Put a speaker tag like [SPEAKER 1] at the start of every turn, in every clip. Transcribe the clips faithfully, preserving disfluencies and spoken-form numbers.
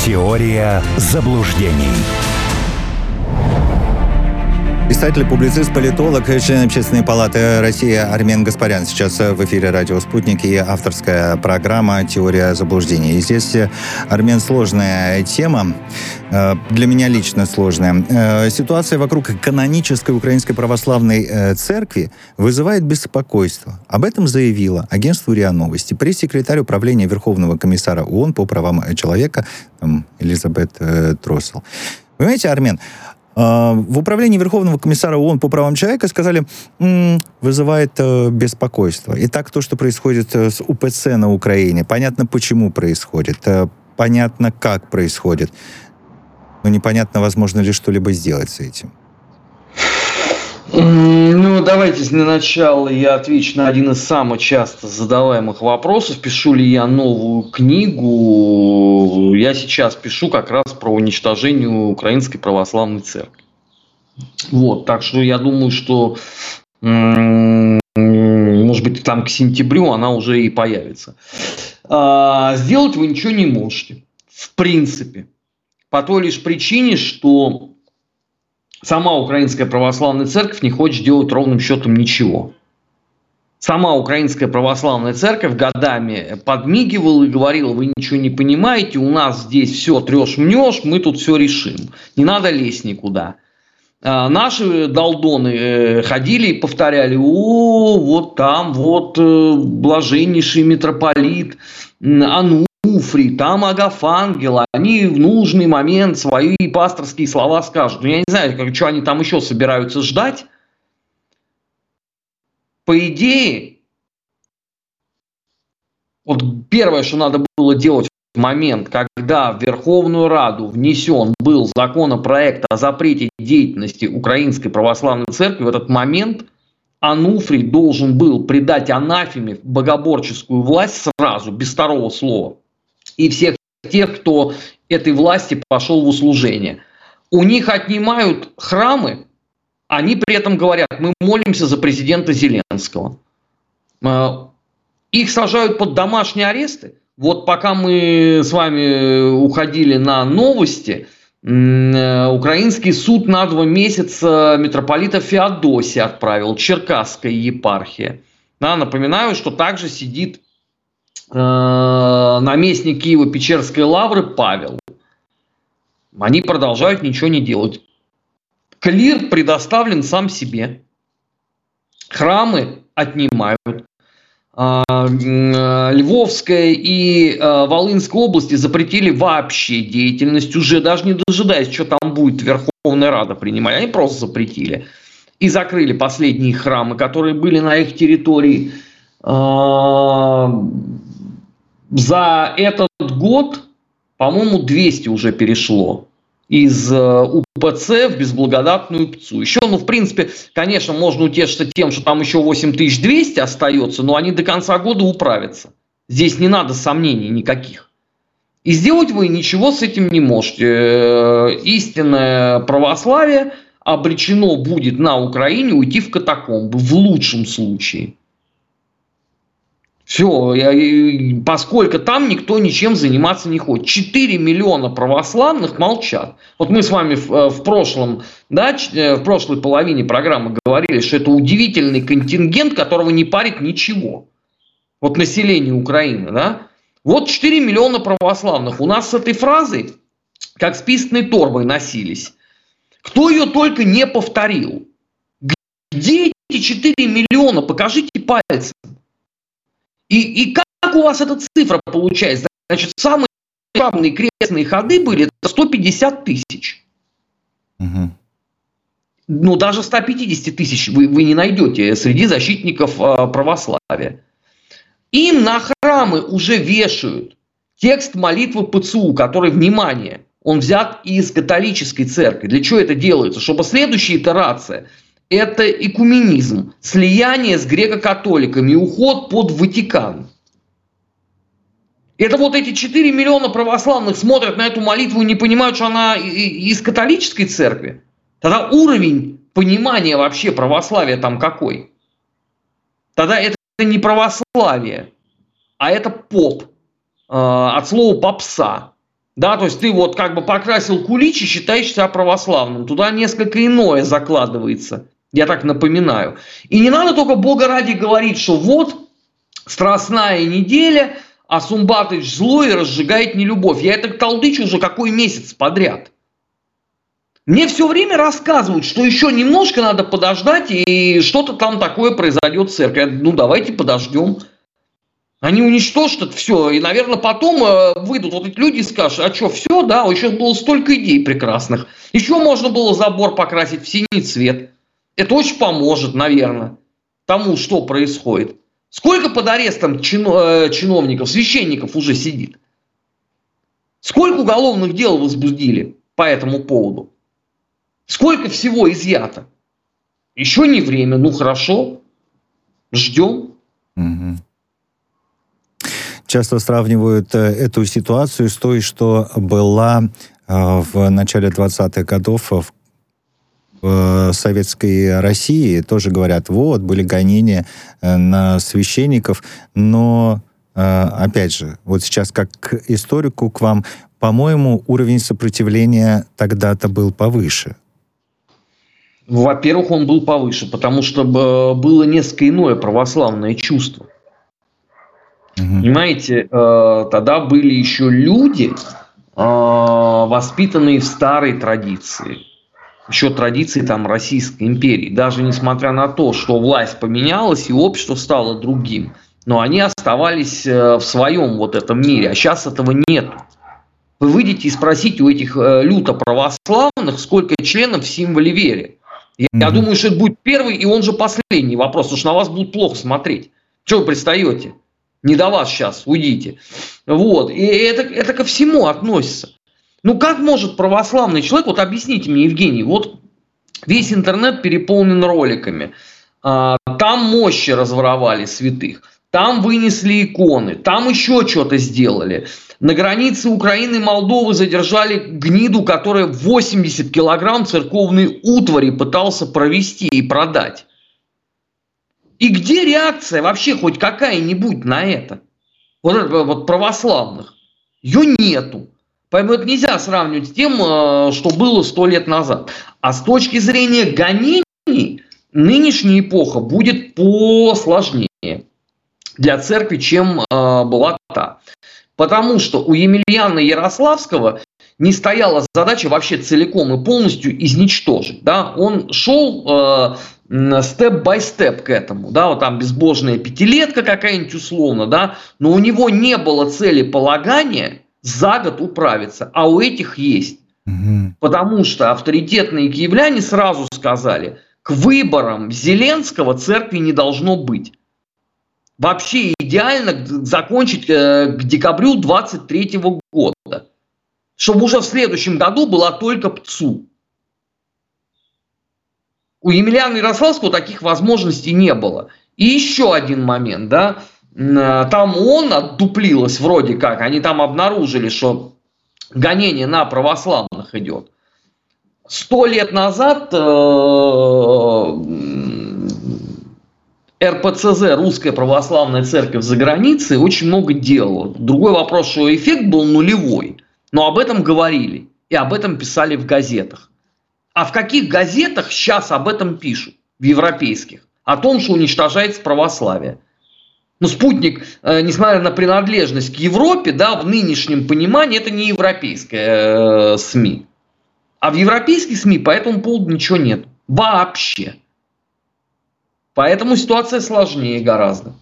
[SPEAKER 1] Теория заблуждений.
[SPEAKER 2] Писатель, публицист, политолог, член Общественной палаты России Армен Гаспарян. Сейчас в эфире радио «Спутник» и авторская программа «Теория заблуждений». И здесь, Армен, сложная тема, для меня лично сложная. Ситуация вокруг канонической Украинской Православной Церкви вызывает беспокойство. Об этом заявила агентству РИА Новости пресс-секретарь управления Верховного комиссара ООН по правам человека Элизабет Троссел. Понимаете, Армен, в управлении Верховного комиссара ООН по правам человека сказали, м-м, вызывает э, беспокойство. Итак, то, что происходит с УПЦ на Украине, понятно, почему происходит, э, понятно, как происходит, но непонятно, возможно ли что-либо сделать с этим.
[SPEAKER 3] Ну, давайте для начала я отвечу на один из самых часто задаваемых вопросов. Пишу ли я новую книгу? Я сейчас пишу как раз про уничтожение Украинской Православной Церкви. Вот, так что я думаю, что, может быть, там к сентябрю она уже и появится. Сделать вы ничего не можете, в принципе, по той лишь причине, что сама Украинская Православная Церковь не хочет делать ровным счетом ничего. Сама Украинская Православная Церковь годами подмигивала и говорила: вы ничего не понимаете, у нас здесь все трешь-мнешь, мы тут все решим. Не надо лезть никуда. А наши долдоны ходили и повторяли: о, вот там вот блаженнейший митрополит Ануфрий, там Агафангел, они в нужный момент свои пасторские слова скажут. Я не знаю, как, что они там еще собираются ждать. По идее, вот первое, что надо было делать в момент, когда в Верховную Раду внесен был законопроект о запрете деятельности Украинской Православной Церкви, в этот момент Ануфрий должен был предать анафеме богоборческую власть сразу, без второго слова. И всех тех, кто этой власти пошел в услужение. У них отнимают храмы, они при этом говорят: мы молимся за президента Зеленского. Их сажают под домашние аресты. Вот пока мы с вами уходили на новости, украинский суд на два месяца митрополита Феодосия отправил, Черкасская епархия. Да, напоминаю, что также сидит э, наместник Киево-Печерской лавры Павел. Они продолжают ничего не делать. Клир предоставлен сам себе. Храмы отнимают. Львовская и Волынская области запретили вообще деятельность, уже даже не дожидаясь, что там будет Верховная Рада принимать. Они просто запретили. И закрыли последние храмы, которые были на их территории. За этот год, по-моему, двести уже перешло из УПЦ в безблагодатную ПЦУ. Еще, ну, в принципе, конечно, можно утешиться тем, что там еще восемь тысяч двести остается, но они до конца года управятся. Здесь не надо сомнений никаких. И сделать вы ничего с этим не можете. Истинное православие обречено будет на Украине уйти в катакомбы, в лучшем случае. Все, поскольку там никто ничем заниматься не хочет. четыре миллиона православных молчат. Вот мы с вами в, в прошлом, да, в прошлой половине программы говорили, что это удивительный контингент, которого не парит ничего. Вот население Украины, да. Вот четыре миллиона православных. У нас с этой фразой, как с писаной торбой, носились. Кто ее только не повторил. Где эти четыре миллиона? Покажите пальцем. И, и как у вас эта цифра получается? Значит, самые главные крестные ходы были сто пятьдесят тысяч. Угу. Ну, даже сто пятьдесят тысяч вы, вы не найдете среди защитников э, православия. Им на храмы уже вешают текст молитвы ПЦУ, который, внимание, он взят из католической церкви. Для чего это делается? Чтобы следующая итерация – это экуменизм, слияние с греко-католиками, уход под Ватикан. Это вот эти четыре миллиона православных смотрят на эту молитву и не понимают, что она из католической церкви. Тогда уровень понимания вообще православия там какой? Тогда это не православие, а это поп, от слова попса. Да, то есть ты вот как бы покрасил кулич и считаешь себя православным. Туда несколько иное закладывается. Я так напоминаю. И не надо только Бога ради говорить, что вот страстная неделя, а Сумбатыч злой и разжигает нелюбовь. Я это толдычу уже какой месяц подряд. Мне все время рассказывают, что еще немножко надо подождать, и что-то там такое произойдет в церкви. Ну, давайте подождем. Они уничтожат это все, и, наверное, потом э, выйдут вот эти люди и скажут, а что, все, да, еще было столько идей прекрасных. Еще можно было забор покрасить в синий цвет. Это очень поможет, наверное, тому, что происходит. Сколько под арестом чино, э, чиновников, священников уже сидит? Сколько уголовных дел возбудили по этому поводу? Сколько всего изъято? Еще не время, ну хорошо, ждем.
[SPEAKER 2] Угу. Часто сравнивают эту ситуацию с той, что была в начале двадцатых годов в Советской России. Тоже говорят, вот, были гонения на священников. Но, опять же, вот сейчас как к историку, к вам, по-моему, уровень сопротивления тогда-то был повыше.
[SPEAKER 3] Во-первых, он был повыше, потому что было несколько иное православное чувство. Угу. Понимаете, тогда были еще люди, воспитанные в старой традиции, еще традиции там Российской империи. Даже несмотря на то, что власть поменялась и общество стало другим, но они оставались в своем вот этом мире, а сейчас этого нет. Вы выйдете и спросите у этих люто православных, сколько членов в символе веры. Я mm-hmm. думаю, что это будет первый и он же последний вопрос, потому что на вас будут плохо смотреть. Что вы пристаете? Не до вас сейчас, уйдите. Вот. И это, это ко всему относится. Ну как может православный человек, вот объясните мне, Евгений, вот весь интернет переполнен роликами. Там мощи разворовали святых, там вынесли иконы, там еще что-то сделали. На границе Украины и Молдовы задержали гниду, которая восемьдесят килограмм церковной утвари пытался провести и продать. И где реакция вообще хоть какая-нибудь на это? Вот это вот православных. Ее нету. Поэтому это нельзя сравнивать с тем, что было сто лет назад. А с точки зрения гонений, нынешняя эпоха будет посложнее для церкви, чем была та. Потому что у Емельяна Ярославского не стояла задача вообще целиком и полностью изничтожить. Да? Он шел степ-бай-степ к этому. Да? Вот там безбожная пятилетка какая-нибудь условно. Да? Но у него не было цели полагания за год управиться. А у этих есть. Угу. Потому что авторитетные киевляне сразу сказали, к выборам Зеленского церкви не должно быть. Вообще идеально закончить к декабрю двадцать третьего года. Чтобы уже в следующем году была только ПЦУ. У Емельяна Ярославского таких возможностей не было. И еще один момент. Да? Там ООН отдуплилась вроде как. Они там обнаружили, что гонение на православных идет. Сто лет назад... эр пэ цэ зэ, Русская Православная Церковь за границей, очень много делала. Другой вопрос, что эффект был нулевой. Но об этом говорили. И об этом писали в газетах. А в каких газетах сейчас об этом пишут? В европейских. О том, что уничтожается православие. Но «Спутник», несмотря на принадлежность к Европе, да, в нынешнем понимании, это не европейская э, СМИ. А в европейских СМИ по этому поводу ничего нет. Вообще. Поэтому ситуация сложнее гораздо.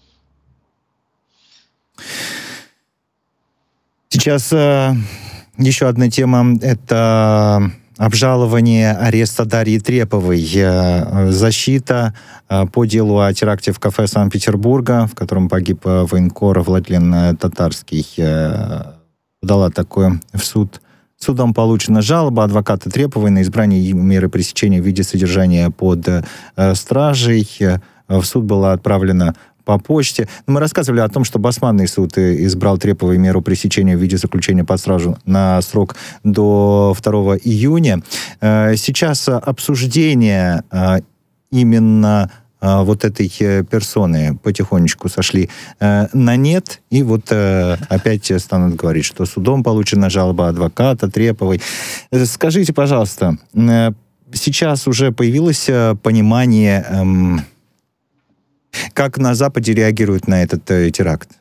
[SPEAKER 2] Сейчас э, еще одна тема – это обжалование ареста Дарьи Треповой. Э, защита э, по делу о теракте в кафе Санкт-Петербурга, в котором погиб э, военкор Владлен Татарский, э, подала такое в суд. Судом получена жалоба адвоката Треповой на избрание меры пресечения в виде содержания под э, стражей. В суд была отправлена по почте. Мы рассказывали о том, что Басманный суд избрал Треповой меру пресечения в виде заключения под стражу на срок до второго июня. Э, сейчас обсуждение э, именно э, вот этой э, персоны потихонечку сошли э, на нет, и вот э, опять станут говорить, что судом получена жалоба адвоката Треповой. Э, скажите, пожалуйста, э, сейчас уже появилось э, понимание, э, как на Западе реагируют на этот э, теракт?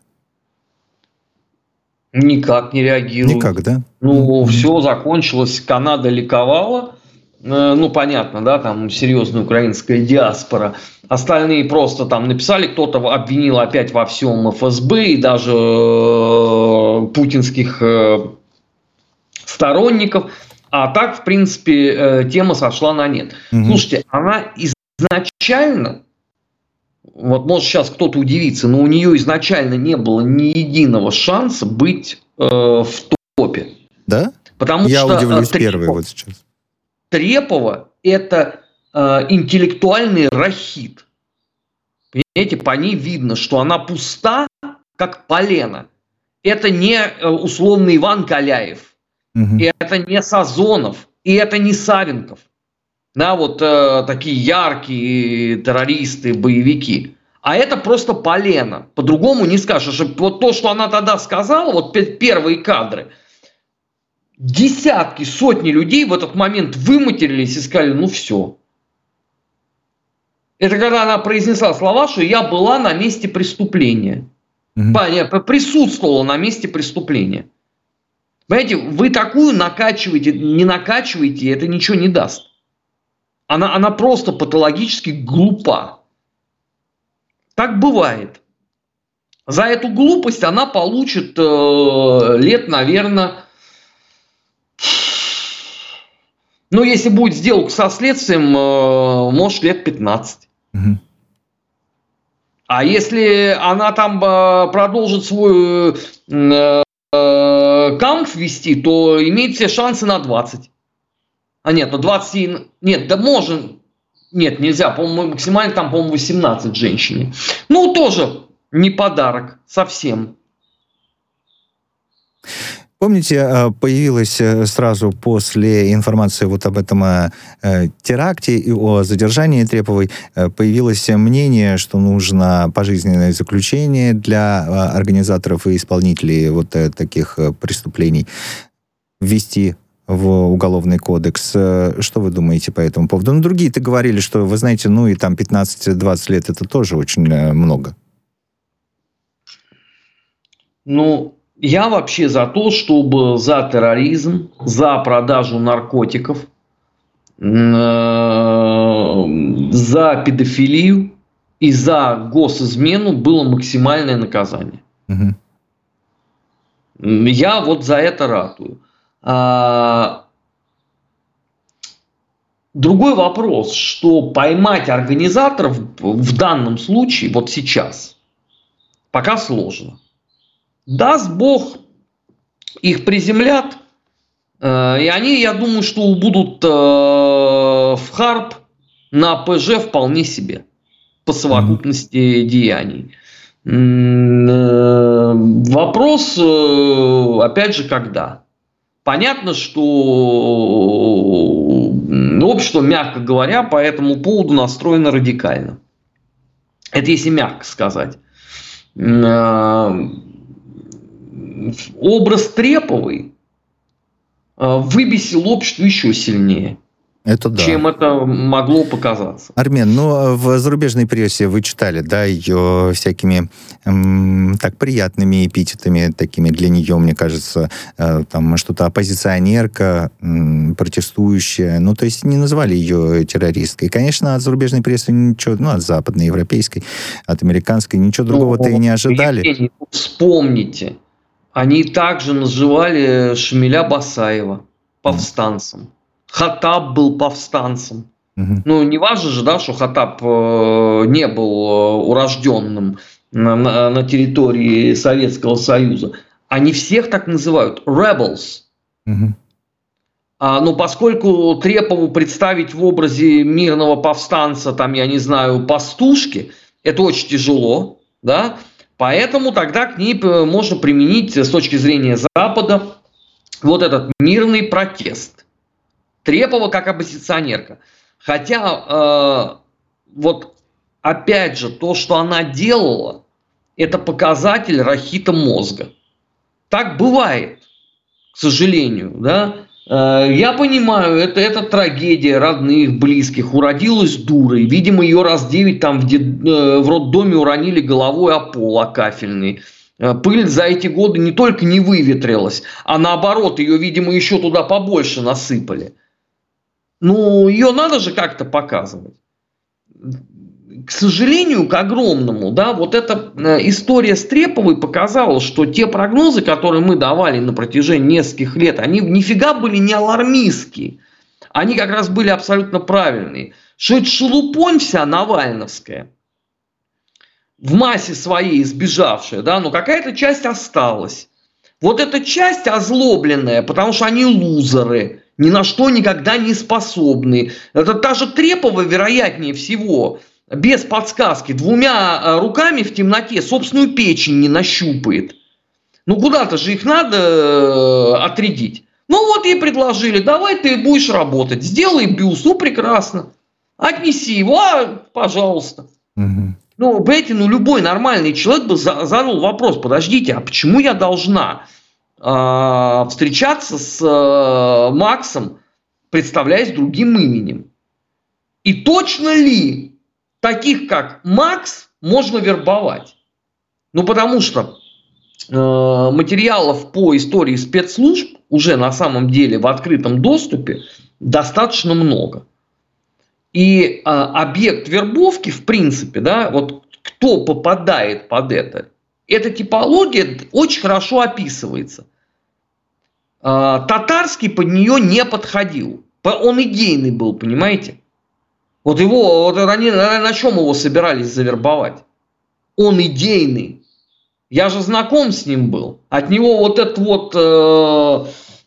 [SPEAKER 3] Никак не реагируют.
[SPEAKER 2] Никак, да?
[SPEAKER 3] Ну, mm-hmm. все закончилось, Канада ликовала. Э, ну, понятно, да, там серьезная украинская диаспора. Остальные просто там написали, кто-то обвинил опять во всем эф эс бэ и даже э, путинских э, сторонников. А так, в принципе, э, тема сошла на нет. Mm-hmm. Слушайте, она изначально... Вот может сейчас кто-то удивится, но у нее изначально не было ни единого шанса быть э, в топе.
[SPEAKER 2] Да?
[SPEAKER 3] Потому
[SPEAKER 2] Я
[SPEAKER 3] что
[SPEAKER 2] удивлюсь
[SPEAKER 3] Трепов,
[SPEAKER 2] первый вот сейчас.
[SPEAKER 3] Трепова – это э, интеллектуальный рахит. Понимаете, по ней видно, что она пуста, как полено. Это не э, условный Иван Каляев, угу. Это не Сазонов, и это не Савенков. Да, вот э, такие яркие террористы, боевики. А это просто полено. По-другому не скажешь. Вот то, что она тогда сказала, вот первые кадры, десятки, сотни людей в этот момент выматерились и сказали, ну все. Это когда она произнесла слова, что я была на месте преступления. Mm-hmm. Присутствовала на месте преступления. Понимаете, вы такую накачиваете, не накачиваете, это ничего не даст. Она, она просто патологически глупа. Так бывает. За эту глупость она получит э, лет, наверное, ну, если будет сделка со следствием, э, может, лет пятнадцать. Угу. А если она там э, продолжит свой э, э, камп вести, то имеет все шансы на двадцать. А нет, ну двадцать... Нет, да можно... Нет, нельзя. По-моему, максимально там, по-моему, восемнадцать женщине. Ну, тоже не подарок. Совсем.
[SPEAKER 2] Помните, появилась сразу после информации вот об этом теракте и о задержании Треповой, появилось мнение, что нужно пожизненное заключение для организаторов и исполнителей вот таких преступлений ввести в Уголовный кодекс. Что вы думаете по этому поводу? Ну, другие-то говорили, что, вы знаете, ну и там пятнадцать-двадцать лет, это тоже очень много.
[SPEAKER 3] Ну, я вообще за то, чтобы за терроризм, за продажу наркотиков, за педофилию и за госизмену было максимальное наказание. Угу. Я вот за это ратую. А... Другой вопрос, что поймать организаторов в данном случае, вот сейчас, пока сложно. Даст Бог, их приземлят, э, и они, я думаю, что будут э, в Харп на ПЖ вполне себе, по совокупности деяний. Э, вопрос, э, опять же, когда? Понятно, что общество, мягко говоря, по этому поводу настроено радикально. Это если мягко сказать. Образ Треповой выбесил общество еще сильнее. Это да. Чем это могло показаться.
[SPEAKER 2] Армен, ну, в зарубежной прессе вы читали, да, ее всякими эм, так приятными эпитетами, такими для нее, мне кажется, э, там что-то оппозиционерка, э, протестующая, ну, то есть не назвали ее террористкой. Конечно, от зарубежной прессы ничего, ну, от западной, европейской, от американской, ничего другого-то и не ожидали.
[SPEAKER 3] Евгений, вспомните, они также называли Шамиля Басаева повстанцем. Хаттаб был повстанцем. Угу. Ну, не важно же, да, что Хаттаб э, не был э, урожденным на, на, на территории Советского Союза. Они всех так называют. Rebels. Угу. А, но поскольку Трепову представить в образе мирного повстанца, там, я не знаю, пастушки, это очень тяжело, да, поэтому тогда к ней можно применить с точки зрения Запада вот этот мирный протест. Трепова как оппозиционерка. Хотя э, вот опять же, то, что она делала, это показатель рахита мозга. Так бывает, к сожалению, да. Я понимаю, это, это трагедия родных, близких. Уродилась дурой. Видимо, ее раз девять там в, дед, в роддоме уронили головой о пол, о кафельный. Пыль за эти годы не только не выветрилась, а наоборот, ее, видимо, еще туда побольше насыпали. Ну, ее надо же как-то показывать. К сожалению, к огромному, да, вот эта история с Треповой показала, что те прогнозы, которые мы давали на протяжении нескольких лет, они нифига были не алармистские. Они как раз были абсолютно правильные. Что это шелупонь вся навальновская, в массе своей избежавшая, да, но какая-то часть осталась. Вот эта часть озлобленная, потому что они лузеры, ни на что никогда не способны. Это та же Трепова, вероятнее всего, без подсказки, двумя руками в темноте собственную печень не нащупает. Ну, куда-то же их надо отрядить. Ну, вот ей предложили, давай ты будешь работать, сделай бюст, ну, прекрасно. Отнеси его, а, пожалуйста. Угу. Ну, понимаете, ну, любой нормальный человек бы задал вопрос, подождите, а почему я должна э, встречаться с э, Максом, представляясь другим именем? И точно ли таких, как Макс, можно вербовать? Ну, потому что э, материалов по истории спецслужб уже на самом деле в открытом доступе достаточно много. И э, объект вербовки, в принципе, да, вот кто попадает под это, эта типология очень хорошо описывается. Э, Татарский под нее не подходил. Он идейный был, понимаете? Вот его, вот они на чем его собирались завербовать? Он идейный. Я же знаком с ним был. От него вот этот вот э,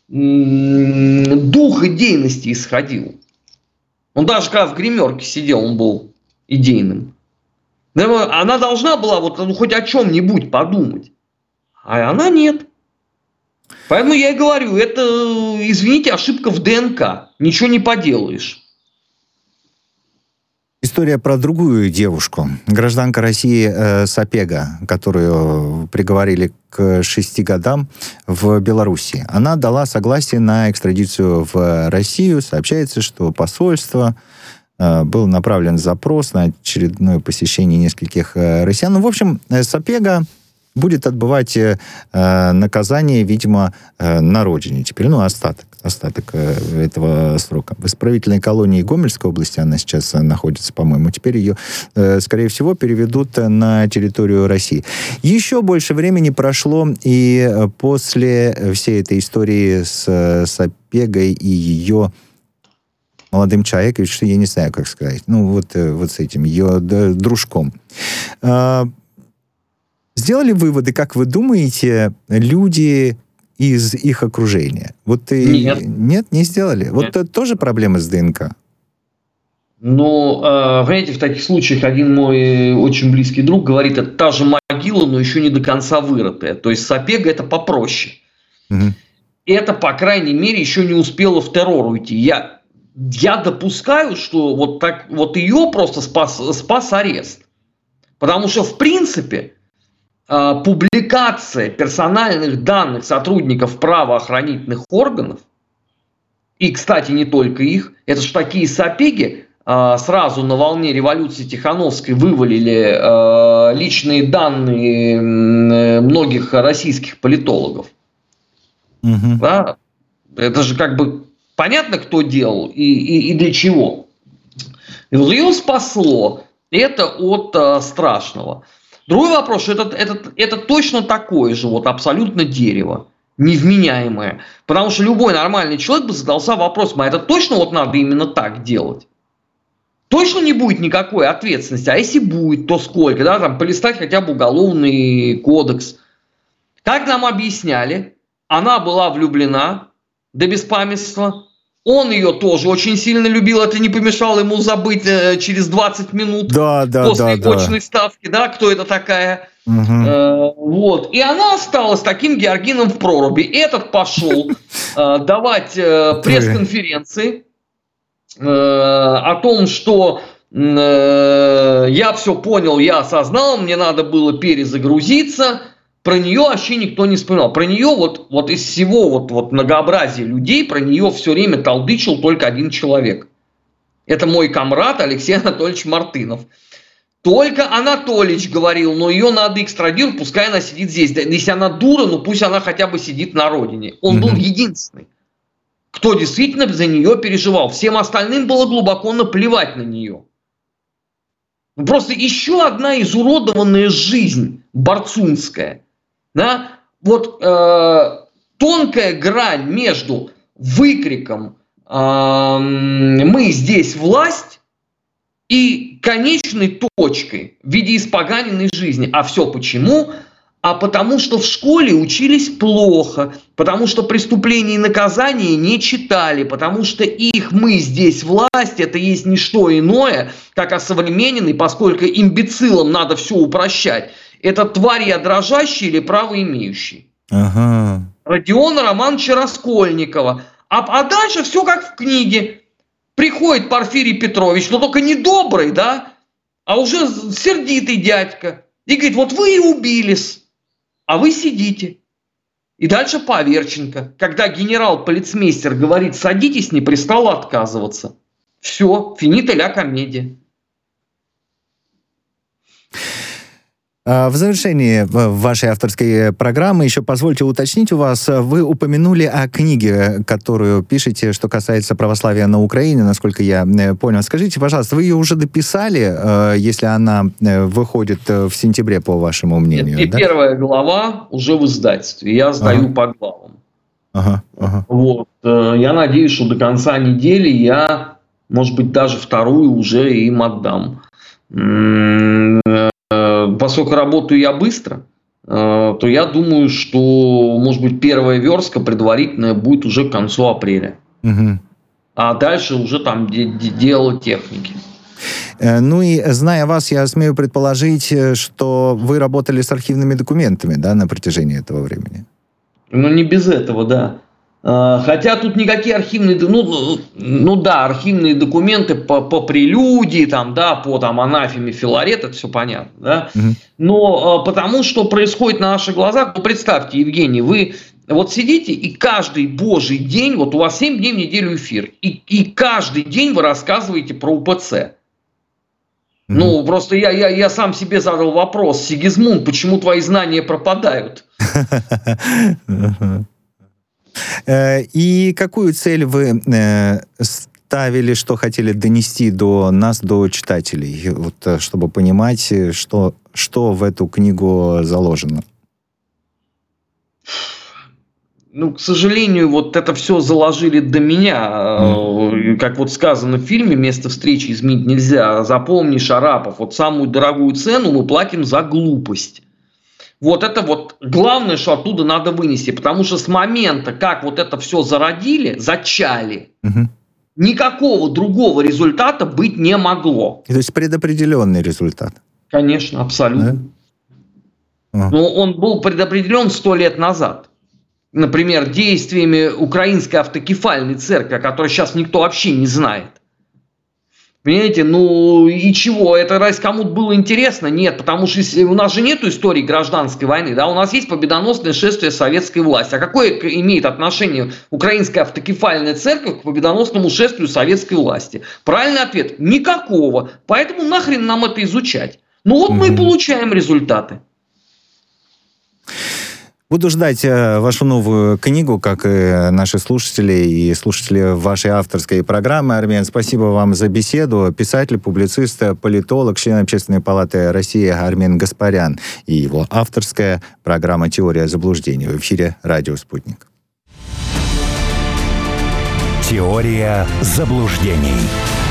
[SPEAKER 3] э, дух идейности исходил. Он даже когда в гримерке сидел, он был идейным. Она должна была вот, ну, хоть о чем-нибудь подумать. А она нет. Поэтому я и говорю, это, извините, ошибка в ДНК. Ничего не поделаешь.
[SPEAKER 2] История про другую девушку, гражданка России э, Сапега, которую приговорили к шести годам в Беларуси. Она дала согласие на экстрадицию в Россию. Сообщается, что посольство, э, был направлен запрос на очередное посещение нескольких э, россиян. Ну, в общем, Сапега будет отбывать э, наказание, видимо, э, на родине. Теперь, ну, остаток, остаток э, этого срока. В исправительной колонии Гомельской области она сейчас находится, по-моему. Теперь ее, э, скорее всего, переведут на территорию России. Еще больше времени прошло, и после всей этой истории с Сапегой и ее молодым человеком, что я не знаю, как сказать, ну, вот, вот с этим, ее дружком, сделали выводы, как вы думаете, люди из их окружения? Вот и...
[SPEAKER 3] Нет.
[SPEAKER 2] Нет, не сделали? Нет. Вот это тоже проблема с ДНК?
[SPEAKER 3] Ну, понимаете, в таких случаях один мой очень близкий друг говорит, это та же могила, но еще не до конца вырытая. То есть Сапега это попроще. Угу. Это, по крайней мере, еще не успела в террор уйти. Я, я допускаю, что вот, так, вот ее просто спас, спас арест. Потому что, в принципе, публикация персональных данных сотрудников правоохранительных органов, и, кстати, не только их, это же такие Сапеги, сразу на волне революции Тихановской вывалили личные данные многих российских политологов. Угу. Да? Это же как бы понятно, кто делал и, и, и для чего. И вот ее спасло это от а, страшного. Другой вопрос, что это, это, это точно такое же, вот абсолютно дерево, невменяемое. Потому что любой нормальный человек бы задался вопросом, а это точно вот надо именно так делать? Точно не будет никакой ответственности, а если будет, то сколько? Да, там полистать хотя бы уголовный кодекс. Как нам объясняли, она была влюблена до беспамятства. Он ее тоже очень сильно любил, это не помешало ему забыть э, через двадцать минут
[SPEAKER 2] да, да,
[SPEAKER 3] после
[SPEAKER 2] да,
[SPEAKER 3] очной
[SPEAKER 2] да.
[SPEAKER 3] ставки, да, кто это такая.
[SPEAKER 2] Угу.
[SPEAKER 3] Э, вот. И она осталась таким Георгином в проруби. Этот пошел э, давать э, пресс-конференции э, о том, что я все понял, я осознал, мне надо было перезагрузиться. Про нее вообще никто не вспоминал. Про нее вот, вот из всего вот, вот многообразия людей, про нее все время толдычил только один человек. Это мой комрад Алексей Анатольевич Мартынов. Только Анатольевич говорил, но ее надо экстрадировать, пускай она сидит здесь. Если она дура, ну пусть она хотя бы сидит на родине. Он был единственный, кто действительно за нее переживал. Всем остальным было глубоко наплевать на нее. Просто еще одна изуродованная жизнь борцунская. Да? Вот э, тонкая грань между выкриком э, «мы здесь власть» и конечной точкой в виде испоганенной жизни. А все почему? А потому что в школе учились плохо, потому что преступления и наказания не читали, потому что их «мы здесь власть» это есть не что иное, как осовремененный, поскольку имбецилам надо все упрощать. Это тварь я дрожащий или правоимеющий.
[SPEAKER 2] Ага.
[SPEAKER 3] Родиона Романовича Раскольникова. А, а дальше все как в книге. Приходит Порфирий Петрович, но только не добрый, да, а уже сердитый дядька. И говорит, вот вы и убились, а вы сидите. И дальше Паверченко. Когда генерал-полицмейстер говорит, садитесь, не пристало отказываться. Все, финита ля комедия.
[SPEAKER 2] В завершении вашей авторской программы еще позвольте уточнить у вас, вы упомянули о книге, которую пишете, что касается православия на Украине, насколько я понял. Скажите, пожалуйста, вы ее уже дописали, если она выходит в сентябре, по вашему мнению?
[SPEAKER 3] Нет, и
[SPEAKER 2] да?
[SPEAKER 3] Первая глава уже в издательстве, я сдаю ага. по главам.
[SPEAKER 2] Ага, ага.
[SPEAKER 3] Вот. Я надеюсь, что до конца недели я, может быть, даже вторую уже им отдам. Поскольку работаю я быстро, то я думаю, что, может быть, первая верстка предварительная будет уже к концу апреля. Угу. А дальше уже там дело техники.
[SPEAKER 2] Ну и, зная вас, я смею предположить, что вы работали с архивными документами, да, на протяжении этого времени?
[SPEAKER 3] Ну, не без этого, да. Хотя тут никакие архивные, ну, ну да, архивные документы по, по прелюдии, там, да, по там, анафеме Филарет, это все понятно, да. Угу. Но потому что происходит на наших глазах, ну, представьте, Евгений, вы вот сидите и каждый божий день, вот у вас семь дней в неделю эфир, и, и каждый день вы рассказываете про УПЦ. Угу. Ну, просто я, я, я сам себе задал вопрос, Сигизмунд, почему твои знания пропадают? И какую цель вы ставили, что хотели донести до нас, до читателей, вот, чтобы понимать, что, что в эту книгу заложено? Ну, к сожалению, вот это все заложили до меня. Mm. Как вот сказано в фильме «Место встречи изменить нельзя». Запомни, Шарапов, вот самую дорогую цену мы платим за глупость. Вот это вот главное, что оттуда надо вынести. Потому что с момента, как вот это все зародили, зачали, угу. никакого другого результата быть не могло.
[SPEAKER 2] То есть предопределенный результат?
[SPEAKER 3] Конечно, абсолютно. Да? Но он был предопределен сто лет назад. Например, действиями Украинской автокефальной церкви, о которой сейчас никто вообще не знает. Понимаете, ну и чего? Это раз кому-то было интересно? Нет, потому что у нас же нет истории гражданской войны, да, у нас есть победоносное шествие советской власти. А какое имеет отношение Украинская автокефальная церковь к победоносному шествию советской власти? Правильный ответ – никакого. Поэтому нахрен нам это изучать? Ну вот мы и получаем результаты.
[SPEAKER 2] Буду ждать вашу новую книгу, как и наши слушатели и слушатели вашей авторской программы. Армен, спасибо вам за беседу. Писатель, публицист, политолог, член Общественной палаты России Армен Гаспарян и его авторская программа «Теория заблуждений» в эфире «Радио Спутник».
[SPEAKER 1] Теория заблуждений.